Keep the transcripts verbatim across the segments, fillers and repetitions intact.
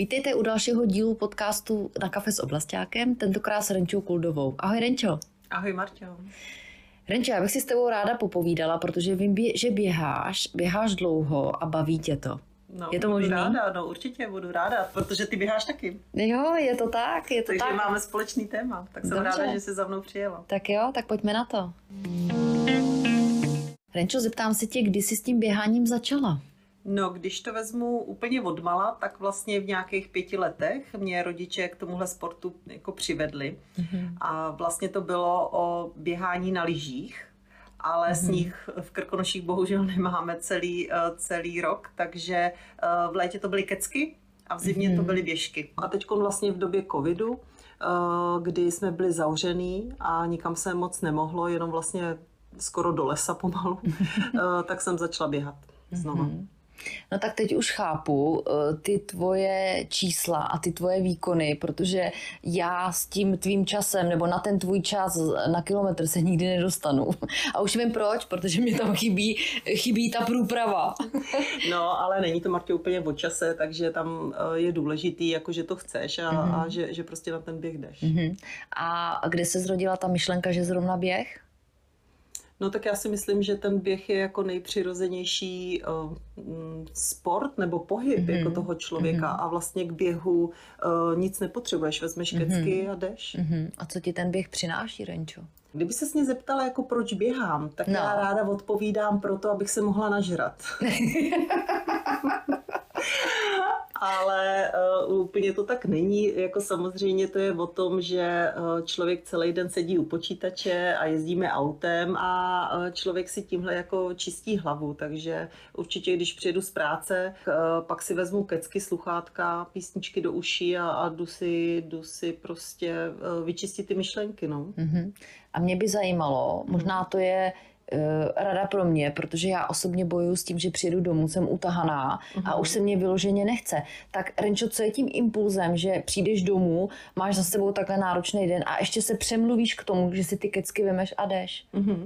Vítejte u dalšího dílu podcastu Na kafe s oblasťákem, tentokrát s Renčou Kuldovou. Ahoj Renčo. Ahoj Marťo. Renčo, já bych si s tebou ráda popovídala, protože vím, že běháš, běháš dlouho a baví tě to. No, je to budu možný? ráda, no určitě budu ráda, protože ty běháš taky. Jo, je to tak, je to Takže tak. Takže máme společný téma, tak jsem Dobře. ráda, že jsi za mnou přijela. Tak jo, tak pojďme na to. Renčo, zeptám se tě, kdy jsi s tím běháním začala? No, když to vezmu úplně odmala, tak vlastně v nějakých pěti letech mě rodiče k tomuhle sportu jako přivedli. Mm-hmm. A vlastně to bylo o běhání na lyžích, ale mm-hmm. sníh v Krkonoších bohužel nemáme celý, celý rok, takže v létě to byly kecky a v zimě mm-hmm. to byly běžky. A teď vlastně v době covidu, kdy jsme byli zavřený a nikam se moc nemohlo, jenom vlastně skoro do lesa pomalu, tak jsem začala běhat znova. Mm-hmm. No tak teď už chápu ty tvoje čísla a ty tvoje výkony, protože já s tím tvým časem nebo na ten tvůj čas na kilometr se nikdy nedostanu. A už vím proč, protože mi tam chybí, chybí ta průprava. No, ale není to, Martě, úplně o čase, takže tam je důležitý, jako že to chceš a, mm-hmm. a že, že prostě na ten běh jdeš. Mm-hmm. A kde se zrodila ta myšlenka, že zrovna běh? No tak já si myslím, že ten běh je jako nejpřirozenější uh, sport nebo pohyb mm-hmm. jako toho člověka mm-hmm. a vlastně k běhu uh, nic nepotřebuješ, vezmeš mm-hmm. kecky a jdeš. Mm-hmm. A co ti ten běh přináší, Renčo? Kdyby ses mě zeptala, jako proč běhám, tak no. já ráda odpovídám proto, abych se mohla nažrat. Ale uh, úplně to tak není, jako samozřejmě to je o tom, že uh, člověk celý den sedí u počítače a jezdíme autem a uh, člověk si tímhle jako čistí hlavu, takže určitě, když přijedu z práce, uh, pak si vezmu kecky, sluchátka, písničky do uší a, a jdu, si, jdu si prostě uh, vyčistit ty myšlenky. No. Uh-huh. A mě by zajímalo, možná to je rada pro mě, protože já osobně bojuju s tím, že přijedu domů, jsem utahaná uh-huh. a už se mě vyloženě nechce. Tak Renčo, co je tím impulzem, že přijdeš domů, máš za sebou takhle náročný den a ještě se přemluvíš k tomu, že si ty kecky vemeš a jdeš? Uh-huh.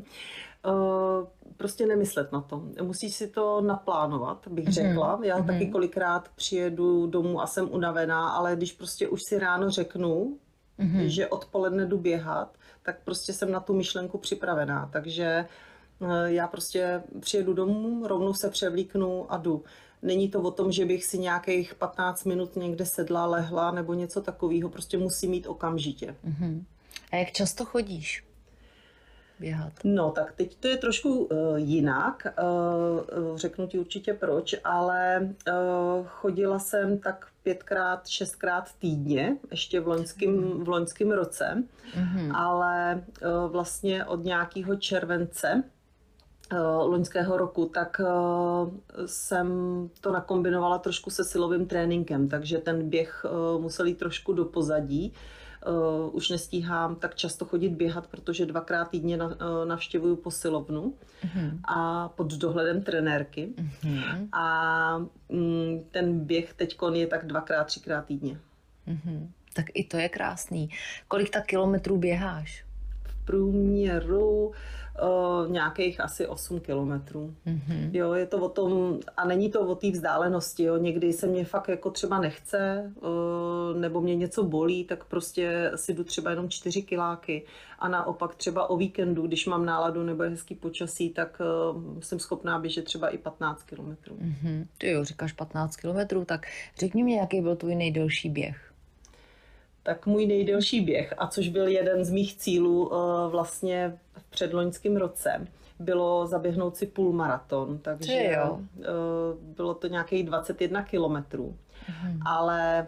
Uh, prostě nemyslet na to. Musíš si to naplánovat, bych uh-huh. řekla. Já uh-huh. taky kolikrát přijedu domů a jsem unavená, ale když prostě už si ráno řeknu, uh-huh. že odpoledne jdu běhat, tak prostě jsem na tu myšlenku připravená. Takže já prostě přijedu domů, rovnou se převlíknu a jdu. Není to o tom, že bych si nějakých patnáct minut někde sedla, lehla nebo něco takového. Prostě musím mít okamžitě. Uh-huh. A jak často chodíš běhat? No tak teď to je trošku uh, jinak. Uh, řeknu ti určitě proč, ale uh, chodila jsem tak pětkrát, šestkrát týdně, ještě v loňském, v loňském roce, mm-hmm. ale uh, vlastně od nějakého července uh, loňského roku, tak uh, jsem to nakombinovala trošku se silovým tréninkem, takže ten běh uh, musel jít trošku do pozadí. Uh, už nestíhám tak často chodit běhat, protože dvakrát týdně na, uh, navštěvuju posilovnu uh-huh. a pod dohledem trenérky. Uh-huh. A um, ten běh teďkon je tak dvakrát, třikrát týdně. Uh-huh. Tak i to je krásný. Kolik tak kilometrů běháš? V průměru uh, nějakých asi osm kilometrů. Mm-hmm. Jo, je to o tom, a není to o té vzdálenosti, jo. Někdy se mě fakt jako třeba nechce, uh, nebo mě něco bolí, tak prostě si jdu třeba jenom čtyři kiláky a naopak třeba o víkendu, když mám náladu nebo je hezký počasí, tak uh, jsem schopná běžet třeba i patnáct kilometrů. Mm-hmm. Ty jo, říkáš patnáct kilometrů, tak řekni mi, jaký byl tvůj nejdelší běh? Tak můj nejdelší běh, a což byl jeden z mých cílů vlastně v předloňském roce, bylo zaběhnout si půlmaraton, takže bylo to nějakých dvacet jedna kilometrů. Mhm. Ale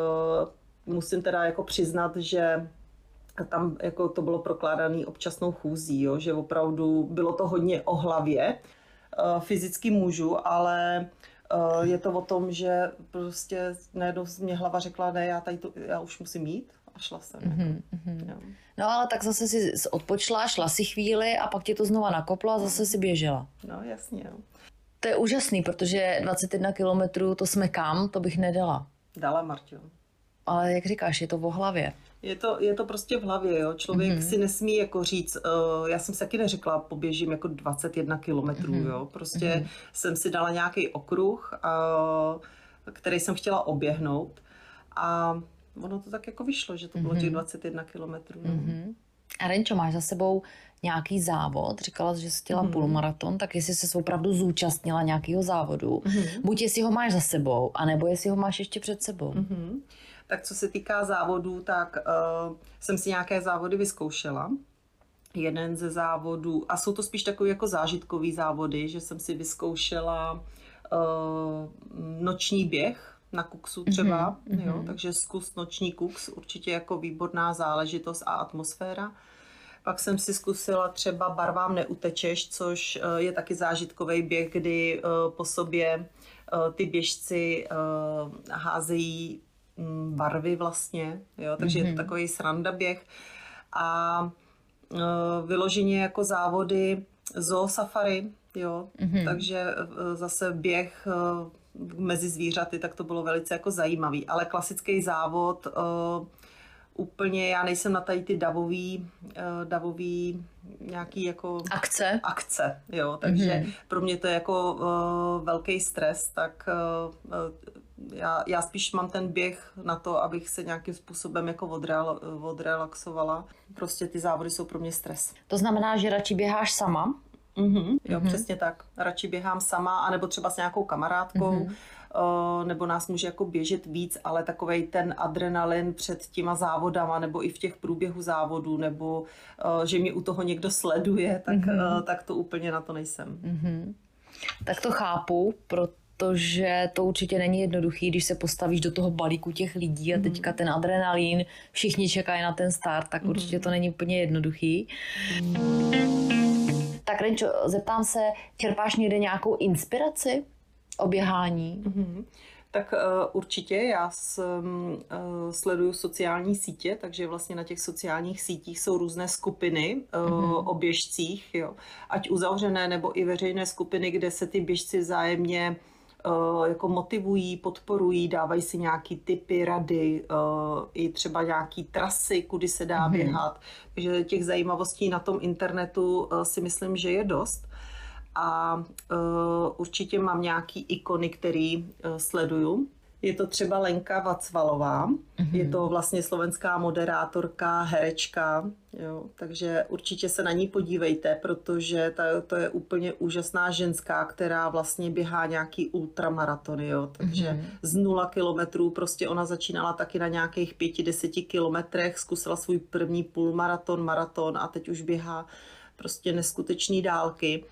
musím teda jako přiznat, že tam jako to bylo prokládané občasnou chůzí, jo? Že opravdu bylo to hodně o hlavě. Fyzicky můžu, ale je to o tom, že prostě najednou mě hlava řekla, ne, já, tady to, já už musím jít a šla jsem. Mm-hmm. Jako. No ale tak zase si odpočla, šla si chvíli a pak tě to znova nakoplo a zase si běžela. No jasně. Jo. To je úžasný, protože dvacet jedna kilometrů to jsme kam, to bych nedala. Dala, Marťo. Ale jak říkáš, je to o hlavě. Je to, je to prostě v hlavě, jo. Člověk mm-hmm. si nesmí jako říct, uh, já jsem se taky neřekla, poběžím jako dvacet jedna kilometrů, mm-hmm. jo. Prostě mm-hmm. jsem si dala nějaký okruh, uh, který jsem chtěla oběhnout. A ono to tak jako vyšlo, že to bylo mm-hmm. těch dvacet jedna kilometrů. No. Mm-hmm. A Renčo, máš za sebou nějaký závod? Říkala, že jsi chtěla mm-hmm. půlmaraton, tak jestli jsi opravdu zúčastnila nějakého závodu, mm-hmm. buď jestli ho máš za sebou, anebo jestli ho máš ještě před sebou. Mm-hmm. Tak co se týká závodů, tak uh, jsem si nějaké závody vyzkoušela. Jeden ze závodů, a jsou to spíš takové jako zážitkový závody, že jsem si vyzkoušela uh, noční běh na kuksu třeba, mm-hmm. jo, takže zkus noční kuks, určitě jako výborná záležitost a atmosféra. Pak jsem si zkusila třeba Barvám neutečeš, což uh, je taky zážitkový běh, kdy uh, po sobě uh, ty běžci uh, házejí um, barvy vlastně, jo, takže mm-hmm. je to takový sranda běh. A vyloženě jako závody zoo safari, jo, mm-hmm. takže zase běh mezi zvířaty, tak to bylo velice jako zajímavý, ale klasický závod uh, úplně, já nejsem na tady ty davový, uh, davový nějaký jako akce, akce jo, takže mm-hmm. pro mě to je jako uh, velký stres, tak uh, já, já spíš mám ten běh na to, abych se nějakým způsobem jako odrel, odrelaxovala. Prostě ty závody jsou pro mě stres. To znamená, že radši běháš sama? Mm-hmm, jo, mm-hmm. přesně tak. Radši běhám sama, anebo třeba s nějakou kamarádkou, mm-hmm. uh, nebo nás může jako běžet víc, ale takovej ten adrenalin před těma závodama, nebo i v těch průběhu závodů, nebo uh, že mě u toho někdo sleduje, tak, mm-hmm. uh, tak to úplně na to nejsem. Mm-hmm. Tak to chápu, proto protože to určitě není jednoduchý, když se postavíš do toho balíku těch lidí a teďka ten adrenalín, všichni čekají na ten start, tak určitě to není úplně jednoduchý. Tak Renčo, zeptám se, čerpáš někde nějakou inspiraci o běhání? Mm-hmm. Tak uh, určitě, já jsem, uh, sleduju sociální sítě, takže vlastně na těch sociálních sítích jsou různé skupiny uh, mm-hmm. o běžcích, jo. Ať uzavřené nebo i veřejné skupiny, kde se ty běžci vzájemně uh, jako motivují, podporují, dávají si nějaký tipy, rady, uh, i třeba nějaký trasy, kudy se dá mm-hmm. běhat. Takže těch zajímavostí na tom internetu uh, si myslím, že je dost. A uh, určitě mám nějaký ikony, který uh, sleduju. Je to třeba Lenka Vacvalová, mm-hmm. je to vlastně slovenská moderátorka, herečka, jo, takže určitě se na ní podívejte, protože ta, to je úplně úžasná ženská, která vlastně běhá nějaký ultramaratony, jo, takže mm-hmm. z nula kilometrů prostě ona začínala taky na nějakých pěti, deseti kilometrech, zkusila svůj první půlmaraton, maraton a teď už běhá prostě neskutečný dálky.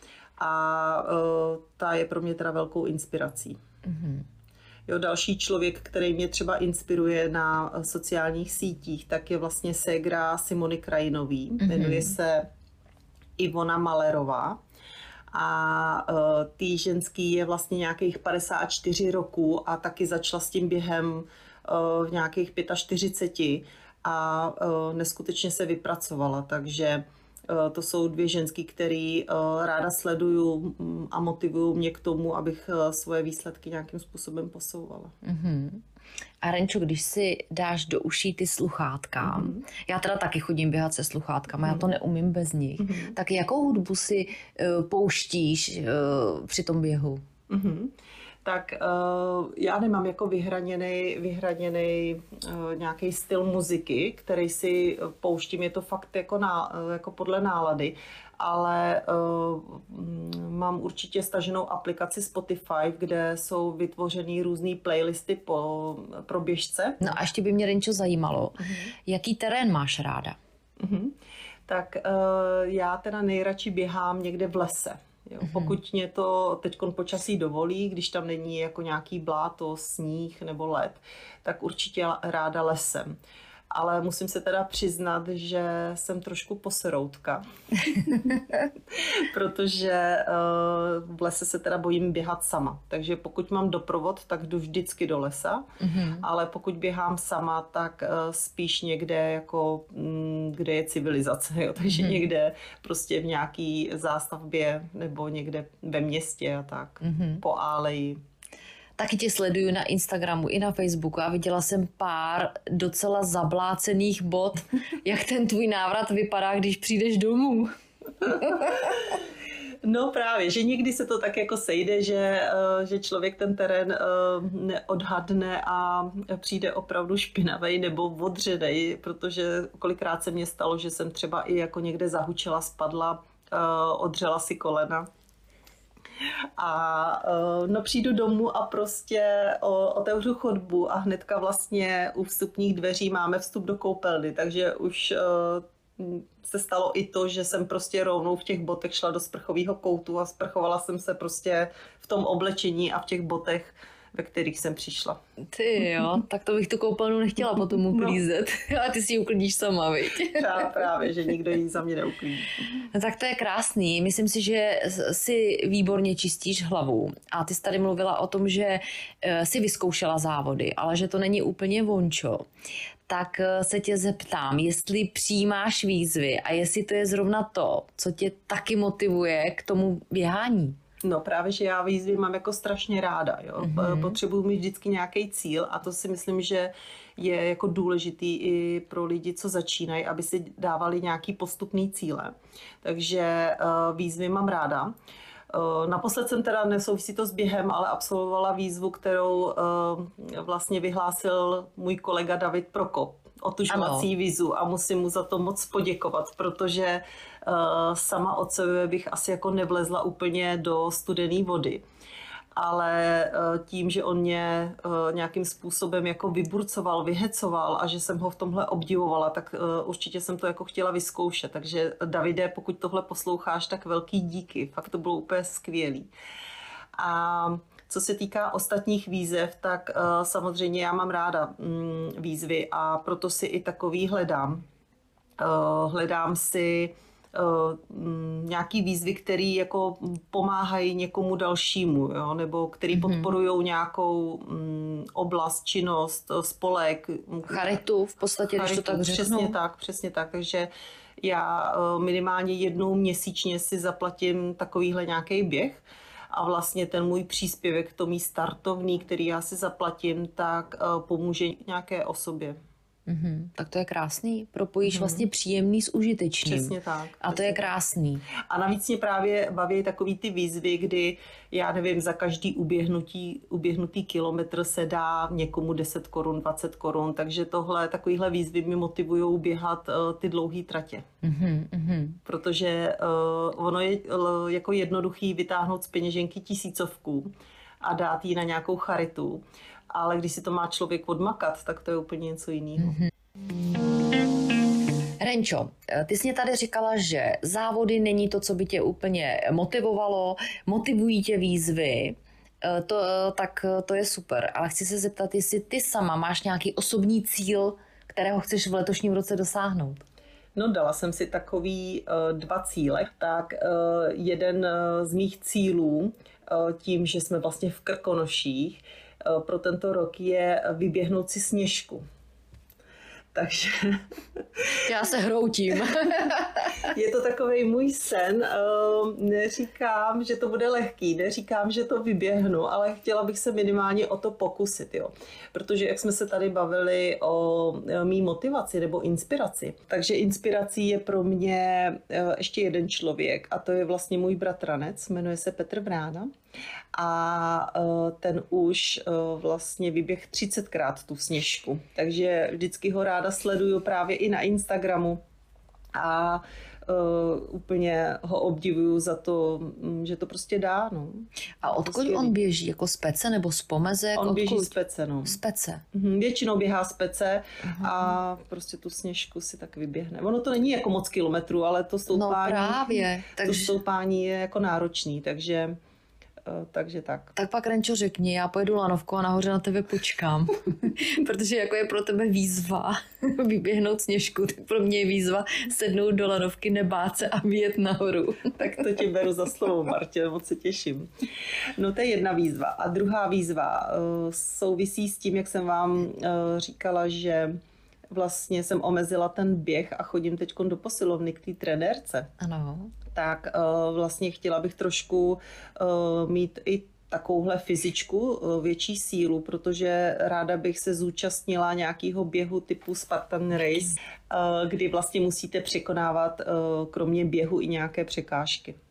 A uh, ta je pro mě teda velkou inspirací. Mm-hmm. Jo, další člověk, který mě třeba inspiruje na sociálních sítích, tak je vlastně ségra Simony Krajinový. Mm-hmm. Jmenuje se Ivona Malerová. A uh, tý ženský je vlastně nějakých padesát čtyři roků a taky začala s tím během uh, v nějakých čtyřiceti pěti a uh, neskutečně se vypracovala, takže to jsou dvě ženský, které ráda sleduju a motivují mě k tomu, abych svoje výsledky nějakým způsobem posouvala. Mm-hmm. A Renčo, když si dáš do uší ty sluchátka, mm-hmm. já teda taky chodím běhat se sluchátkama, mm-hmm. já to neumím bez nich, mm-hmm. tak jakou hudbu si uh, pouštíš uh, při tom běhu? Mm-hmm. Tak uh, já nemám jako vyhraněný, vyhraněný uh, nějaký styl muziky, který si pouštím, je to fakt jako, na, jako podle nálady, ale uh, mám určitě staženou aplikaci Spotify, kde jsou vytvořený různý playlisty po, pro běžce. No a ještě by mě, Renčo, zajímalo, uh-huh. jaký terén máš ráda? Uh-huh. Tak uh, já teda nejradši běhám někde v lese. Jo, pokud mě to teďkon počasí dovolí, když tam není jako nějaký bláto, sníh nebo led, tak určitě ráda lesem. Ale musím se teda přiznat, že jsem trošku poseroutka, protože uh, v lese se teda bojím běhat sama. Takže pokud mám doprovod, tak jdu vždycky do lesa, mm-hmm. ale pokud běhám sama, tak uh, spíš někde, jako, mm, kde je civilizace. Jo? Takže mm-hmm. někde prostě v nějaký zástavbě nebo někde ve městě a tak, mm-hmm. po áleji. Taky tě sleduju na Instagramu i na Facebooku a viděla jsem pár docela zablácených bod. Jak ten tvůj návrat vypadá, když přijdeš domů? No právě, že někdy se to tak jako sejde, že, že člověk ten terén neodhadne a přijde opravdu špinavej nebo odředej, protože kolikrát se mně stalo, že jsem třeba i jako někde zahučela, spadla, odřela si kolena. A no přijdu domů a prostě otevřu chodbu a hnedka vlastně u vstupních dveří máme vstup do koupelny, takže už se stalo i to, že jsem prostě rovnou v těch botech šla do sprchového koutu a sprchovala jsem se prostě v tom oblečení a v těch botech, ve kterých jsem přišla. Ty jo, tak to bych tu koupelnu nechtěla potom uklízet. No. Ale ty si ji uklidíš sama, viď? Já právě, že nikdo ji za mě neuklidí. No tak to je krásný. Myslím si, že si výborně čistíš hlavu. A ty jsi tady mluvila o tom, že si vyzkoušela závody, ale že to není úplně vončo. Tak se tě zeptám, jestli přijímáš výzvy a jestli to je zrovna to, co tě taky motivuje k tomu běhání. No právě, že já výzvy mám jako strašně ráda. Jo? Mm-hmm. Potřebuji mít vždycky nějaký cíl a to si myslím, že je jako důležitý i pro lidi, co začínají, aby si dávali nějaký postupný cíle. Takže uh, výzvy mám ráda. Uh, naposled jsem teda, nesouvisí to s během, ale absolvovala výzvu, kterou uh, vlastně vyhlásil můj kolega David Prokop. Otužovací vizu a musím mu za to moc poděkovat, protože uh, sama od sebe bych asi jako nevlezla úplně do studené vody. Ale uh, tím, že on mě uh, nějakým způsobem jako vyburcoval, vyhecoval a že jsem ho v tomhle obdivovala, tak uh, určitě jsem to jako chtěla vyzkoušet. Takže Davide, pokud tohle posloucháš, tak velký díky. Fakt to bylo úplně skvělý. A co se týká ostatních výzev, tak uh, samozřejmě já mám ráda mm, výzvy a proto si i takový hledám. Uh, hledám si uh, mm, nějaký výzvy, které jako pomáhají někomu dalšímu, jo? Nebo který mm-hmm. podporují nějakou mm, oblast, činnost, spolek. Charitu v podstatě, Charitu, když to tak řeknu. Přesně tak, přesně tak. Takže já uh, minimálně jednou měsíčně si zaplatím takovýhle nějaký běh. A vlastně ten můj příspěvek, to mý startovný, který já si zaplatím, tak uh, pomůže nějaké osobě. Mm-hmm. Tak to je krásný. Propojíš mm-hmm. vlastně příjemný s užitečným. Přesně tak. A to přesně je krásný. A navíc mě právě baví takový ty výzvy, kdy já nevím, za každý uběhnutí, uběhnutý kilometr se dá někomu deset korun, dvacet korun, takže tohle, takovýhle výzvy mi motivují běhat uh, ty dlouhé tratě. Mm-hmm. Protože uh, ono je uh, jako jednoduchý vytáhnout z peněženky tisícovku a dát ji na nějakou charitu. Ale když si to má člověk odmakat, tak to je úplně něco jiného. Mm-hmm. Renčo, ty jsi mě tady říkala, že závody není to, co by tě úplně motivovalo, motivují tě výzvy, to, tak to je super. Ale chci se zeptat, jestli ty sama máš nějaký osobní cíl, kterého chceš v letošním roce dosáhnout. No, dala jsem si takový uh, dva cíle. Tak uh, jeden uh, z mých cílů, uh, tím, že jsme vlastně v Krkonoších, pro tento rok je vyběhnout si Sněžku. Takže... Já se hroutím. Je to takovej můj sen. Neříkám, že to bude lehký, neříkám, že to vyběhnu, ale chtěla bych se minimálně o to pokusit. Jo. Protože jak jsme se tady bavili o mý motivaci nebo inspiraci, takže inspirací je pro mě ještě jeden člověk a to je vlastně můj bratranec, jmenuje se Petr Vrána. A ten už vlastně vyběh třicetkrát tu Sněžku. Takže vždycky ho ráda sleduju právě i na Instagramu a uh, úplně ho obdivuju za to, že to prostě dá. No. A odkud on běží? Jako z Pece nebo z Pomezek? On odkud? běží z Pece, no. Z Pece. Mhm, většinou běhá z Pece uh-huh. a prostě tu Sněžku si tak vyběhne. Ono to není jako moc kilometrů, ale to stoupání, no právě. Takže... to stoupání je jako náročný, takže... Takže tak. Tak pak, Renčo, řekni, já pojedu lanovku a nahoře na tebe počkám. Protože jako je pro tebe výzva vyběhnout Sněžku, tak pro mě je výzva sednout do lanovky, nebát se a vyjet nahoru. Tak to ti beru za slovo, Martě, moc se těším. No to je jedna výzva. A druhá výzva uh, souvisí s tím, jak jsem vám uh, říkala, že vlastně jsem omezila ten běh a chodím teď do posilovny k té trenérce. Ano. Tak uh, vlastně chtěla bych trošku uh, mít i takovouhle fyzičku, uh, větší sílu, protože ráda bych se zúčastnila nějakého běhu typu Spartan Race, uh, kdy vlastně musíte překonávat uh, kromě běhu i nějaké překážky.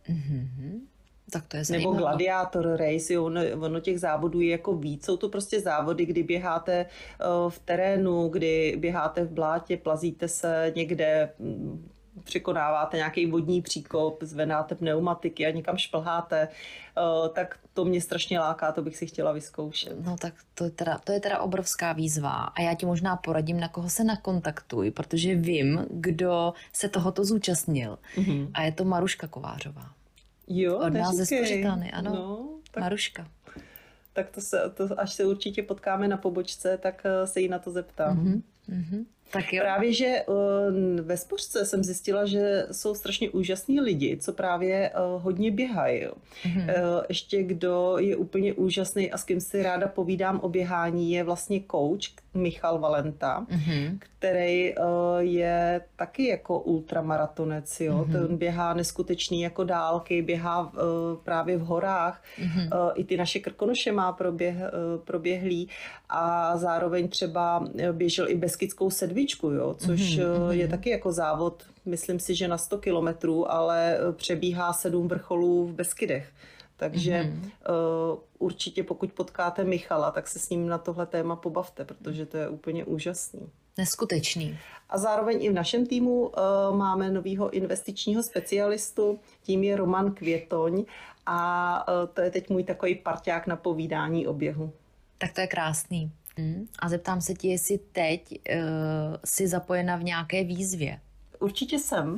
Mm-hmm. Tak to je zajímavé. Nebo gladiátor race, jo, ono, ono těch závodů je jako víc. Jsou to prostě závody, kdy běháte v terénu, kdy běháte v blátě, plazíte se někde, překonáváte nějaký vodní příkop, zvedáte pneumatiky a někam šplháte, tak to mě strašně láká, to bych si chtěla vyzkoušet. No tak to je teda, to je teda obrovská výzva a já ti možná poradím, na koho se nakontaktuj, protože vím, kdo se tohoto zúčastnil. Mm-hmm. A je to Maruška Kovářová. Jo, od nás ze Spořitany, ano. No, tak, Maruška. Tak to se, to, až se určitě potkáme na pobočce, tak se jí na to zeptám. Mm-hmm. Mm-hmm. Tak jo. Právě, že uh, ve Spořce jsem zjistila, že jsou strašně úžasní lidi, co právě uh, hodně běhají. Mm-hmm. Uh, ještě kdo je úplně úžasný a s kým si ráda povídám o běhání, je vlastně coach Michal Valenta, mm-hmm. který uh, je taky jako ultramaratonec. Jo? Mm-hmm. Ten běhá neskutečný jako dálky, běhá uh, právě v horách. Mm-hmm. Uh, I ty naše Krkonoše má proběh, uh, proběhlý a zároveň třeba běžel i Beskidskou sedmičku, jo? Což mm-hmm. je taky jako závod, myslím si, že na sto kilometrů, ale přebíhá sedm vrcholů v Beskydech. Takže mm-hmm. uh, určitě pokud potkáte Michala, tak se s ním na tohle téma pobavte, protože to je úplně úžasný. Neskutečný. A zároveň i v našem týmu uh, máme novýho investičního specialistu, tím je Roman Květoň a uh, to je teď můj takový parťák na povídání o běhu. Tak to je krásný. Hmm. A zeptám se ti, jestli teď uh, jsi zapojena v nějaké výzvě. Určitě jsem.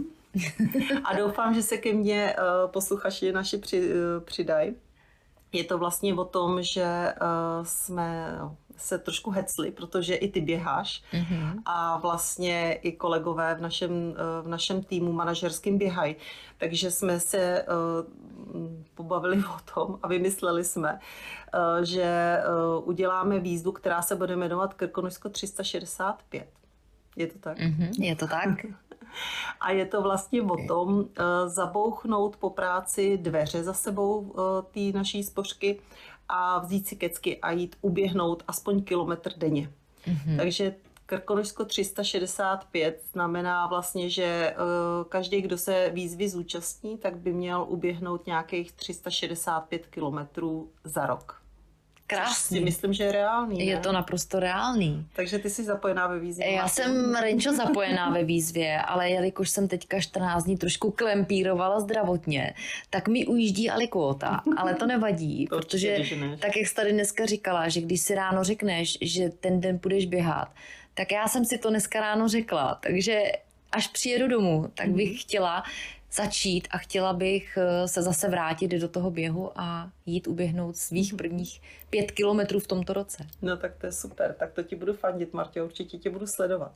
A doufám, že se ke mně uh, posluchači naši při, uh, přidají. Je to vlastně o tom, že uh, jsme se trošku hecli, protože i ty běháš mm-hmm. a vlastně i kolegové v našem, uh, v našem týmu manažerským běhají. Takže jsme se uh, pobavili o tom a vymysleli jsme, uh, že uh, uděláme výzvu, která se bude jmenovat Krkonošsko tři sta šedesát pět. Je to tak? Mm-hmm, je to tak. A je to vlastně o tom uh, zabouchnout po práci dveře za sebou uh, té naší spořky a vzít si kecky a jít uběhnout aspoň kilometr denně. Mm-hmm. Takže Krkonošsko tři sta šedesát pět znamená vlastně, že uh, každý, kdo se výzvy zúčastní, tak by měl uběhnout nějakých tři sta šedesát pět kilometrů za rok. Krásný. Si myslím, že je reálný. Ne? Je to naprosto reálný. Takže ty jsi zapojená ve výzvě. Já jsem, Renčo, zapojená ve výzvě, ale jelikož jsem teďka čtrnáct dní trošku klempírovala zdravotně, tak mi ujíždí alikvota, ale to nevadí, to protože tak, jak jsi tady dneska říkala, že když si ráno řekneš, že ten den půjdeš běhat, tak já jsem si to dneska ráno řekla, takže až přijedu domů, tak bych mm. chtěla začít a chtěla bych se zase vrátit do toho běhu a jít uběhnout svých prvních pět kilometrů v tomto roce. No tak to je super, tak to ti budu fandit, Martě, určitě tě budu sledovat.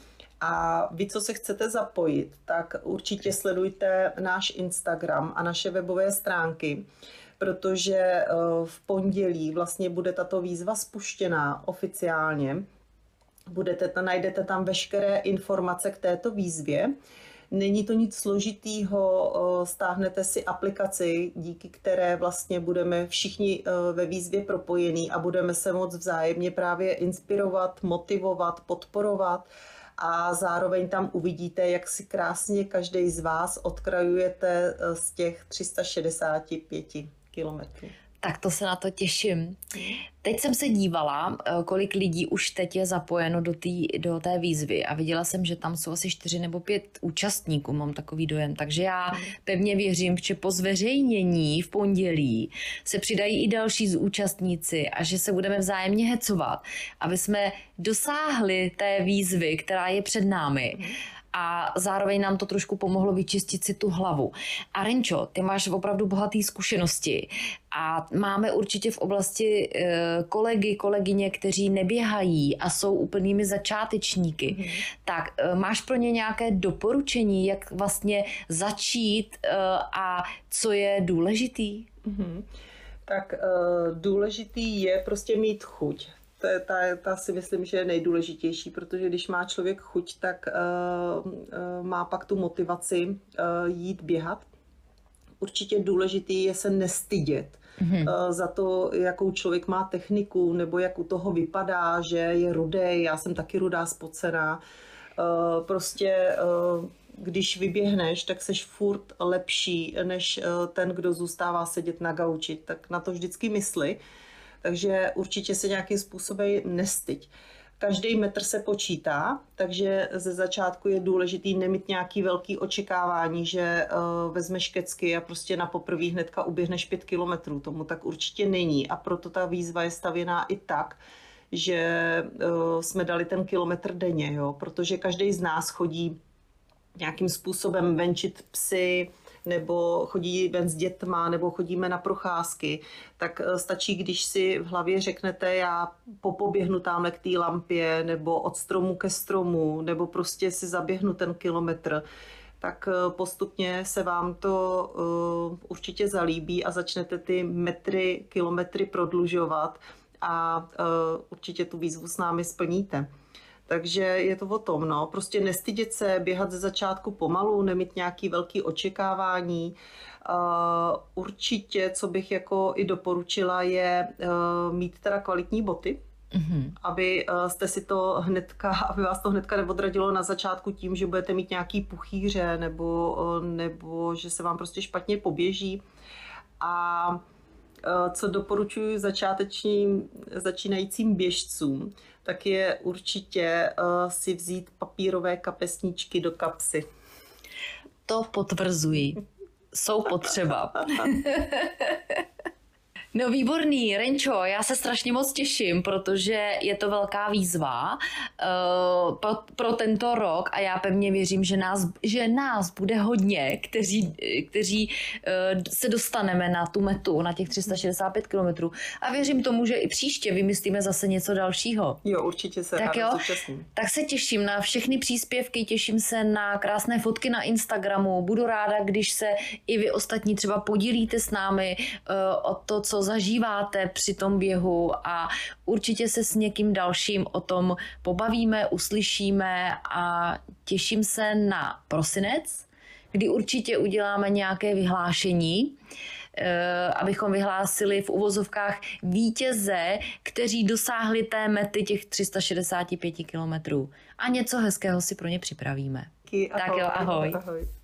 A vy, co se chcete zapojit, tak určitě sledujte náš Instagram a naše webové stránky, protože v pondělí vlastně bude tato výzva spuštěná oficiálně. Budete, najdete tam veškeré informace k této výzvě. Není to nic složitýho, stáhnete si aplikaci, díky které vlastně budeme všichni ve výzvě propojení a budeme se moct vzájemně právě inspirovat, motivovat, podporovat a zároveň tam uvidíte, jak si krásně každý z vás odkrajujete z těch tři sta šedesát pět kilometrů. Tak to se na to těším. Teď jsem se dívala, kolik lidí už teď je zapojeno do, tý, do té výzvy a viděla jsem, že tam jsou asi čtyři nebo pět účastníků, mám takový dojem. Takže já pevně věřím, že po zveřejnění v pondělí se přidají i další účastníci a že se budeme vzájemně hecovat, aby jsme dosáhli té výzvy, která je před námi. A zároveň nám to trošku pomohlo vyčistit si tu hlavu. A Renčo, ty máš opravdu bohaté zkušenosti a máme určitě v oblasti e, kolegy, kolegyně, kteří neběhají a jsou úplnými začátečníky. Mm. Tak e, máš pro ně nějaké doporučení, jak vlastně začít e, a co je důležitý? Mm. Tak e, důležitý je prostě mít chuť. To je ta, ta si myslím, že je nejdůležitější, protože když má člověk chuť, tak uh, uh, má pak tu motivaci uh, jít běhat. Určitě důležitý je se nestydět mm-hmm. uh, za to, jakou člověk má techniku, nebo jak u toho vypadá, že je rudej, já jsem taky rudá, spocená. Uh, prostě uh, když vyběhneš, tak seš furt lepší, než ten, kdo zůstává sedět na gauči. Tak na to vždycky mysli. Takže určitě se nějakým způsobem nestyď. Každý metr se počítá, takže ze začátku je důležitý nemít nějaký velký očekávání, že uh, vezmeš kecky a prostě na poprvé hnedka uběhneš pět kilometrů. Tomu tak určitě není a proto ta výzva je stavěná i tak, že uh, jsme dali ten kilometr denně, jo? Protože každý z nás chodí nějakým způsobem venčit psy, nebo chodí ven s dětma, nebo chodíme na procházky, tak stačí, když si v hlavě řeknete, já popoběhnu tamhle k té lampě, nebo od stromu ke stromu, nebo prostě si zaběhnu ten kilometr, tak postupně se vám to uh, určitě zalíbí a začnete ty metry, kilometry prodlužovat a uh, určitě tu výzvu s námi splníte. Takže je to o tom, no, prostě nestydět se, běhat ze začátku pomalu, nemít nějaký velký očekávání. Uh, určitě, co bych jako i doporučila, je uh, mít teda kvalitní boty, mm-hmm. aby uh, jste si to hnedka, aby vás to hnedka neodradilo na začátku tím, že budete mít nějaký puchýře nebo, uh, nebo že se vám prostě špatně poběží. A uh, co doporučuji začátečním, začínajícím běžcům, tak je určitě uh, si vzít papírové kapesníčky do kapsy. To potvrzuji. Jsou potřeba. No výborný, Renčo, já se strašně moc těším, protože je to velká výzva uh, pro, pro tento rok a já pevně věřím, že nás, že nás bude hodně, kteří, kteří uh, se dostaneme na tu metu, na těch tři sta šedesát pět kilometrů a věřím tomu, že i příště vymyslíme zase něco dalšího. Jo, určitě se tak ráda zúčastním. Tak se těším na všechny příspěvky, těším se na krásné fotky na Instagramu, budu ráda, když se i vy ostatní třeba podílíte s námi uh, o to, co zažíváte při tom běhu a určitě se s někým dalším o tom pobavíme, uslyšíme a těším se na prosinec, kdy určitě uděláme nějaké vyhlášení, abychom vyhlásili v uvozovkách vítěze, kteří dosáhli té mety těch tři sta šedesát pět kilometrů. A něco hezkého si pro ně připravíme. Ahoj, tak jo, ahoj. ahoj.